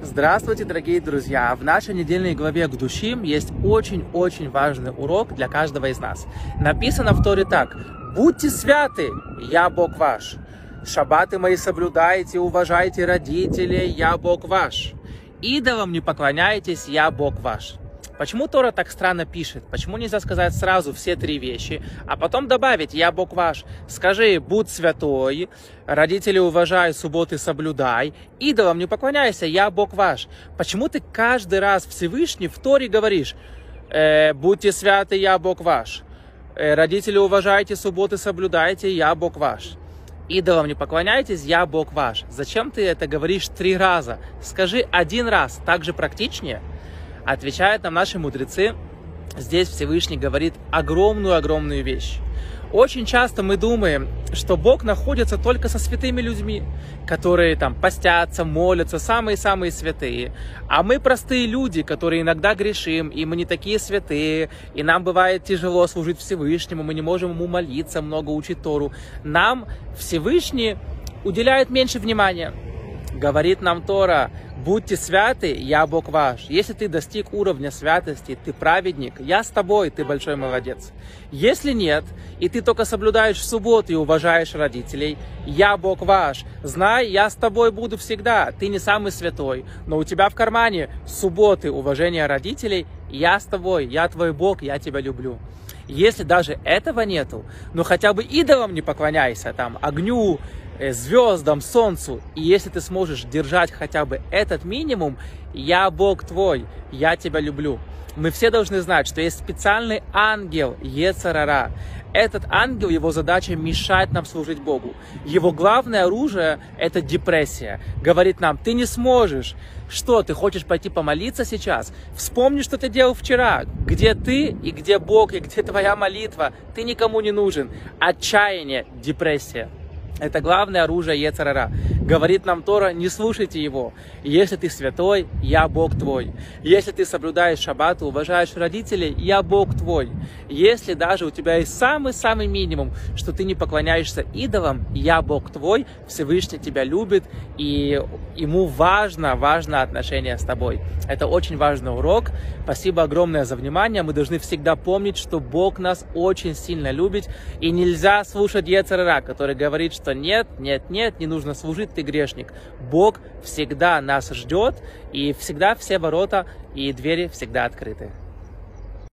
Здравствуйте, дорогие друзья! В нашей недельной главе к душим есть очень-очень важный урок для каждого из нас. Написано в Торе так: «Будьте святы, я Бог ваш. Шаббаты мои соблюдайте, уважайте родителей, я Бог ваш. Идолам не поклоняйтесь, я Бог ваш». Почему Тора так странно пишет? Почему нельзя сказать сразу все три вещи, а потом добавить «Я Бог ваш»? Скажи «Будь святой», родителей уважай, субботы соблюдай, идолам не поклоняйся, я Бог ваш. Почему ты каждый раз Всевышний в Торе говоришь «Будьте святы, я Бог ваш», родители уважайте, субботы соблюдайте, я Бог ваш. Идолам не поклоняйтесь, я Бог ваш. Зачем ты это говоришь 3 раза? Скажи 1 раз, так же практичнее. Отвечают нам наши мудрецы, здесь Всевышний говорит огромную вещь. Очень часто мы думаем, что Бог находится только со святыми людьми, которые там постятся, молятся, самые-самые святые. А мы простые люди, которые иногда грешим, и мы не такие святые, и нам бывает тяжело служить Всевышнему, мы не можем ему молиться, много учить Тору. Нам Всевышний уделяет меньше внимания. Говорит нам Тора: будьте святы, я Бог ваш. Если ты достиг уровня святости, ты праведник, я с тобой, ты большой молодец. Если нет, и ты только соблюдаешь субботу и уважаешь родителей, я Бог ваш. Знай, я с тобой буду всегда. Ты не самый святой, но у тебя в кармане субботы, уважение родителей, я с тобой, я твой Бог, я тебя люблю. Если даже этого нету, ну хотя бы идолам не поклоняйся, там, огню, звездам, солнцу. И если ты сможешь держать хотя бы этот минимум, я Бог твой, я тебя люблю. Мы все должны знать, что есть специальный ангел Йецер Ара. Этот ангел, его задача мешать нам служить Богу. Его главное оружие – это депрессия. Говорит нам: ты не сможешь. Что, ты хочешь пойти помолиться сейчас? Вспомни, что ты делал вчера. Где ты и где Бог, и где твоя молитва? Ты никому не нужен. Отчаяние, депрессия. Это главное оружие Йецер Ара. Говорит нам Тора: не слушайте его. Если ты святой, я Бог твой. Если ты соблюдаешь шаббат, уважаешь родителей, я Бог твой. Если даже у тебя есть самый-самый минимум, что ты не поклоняешься идолам, я Бог твой, Всевышний тебя любит, и ему важно отношение с тобой. Это очень важный урок. Спасибо огромное за внимание. Мы должны всегда помнить, что Бог нас очень сильно любит, и нельзя слушать Йецер Ара, который говорит, что нет, не нужно служить, ты грешник. Бог всегда нас ждет, и всегда все ворота и двери всегда открыты.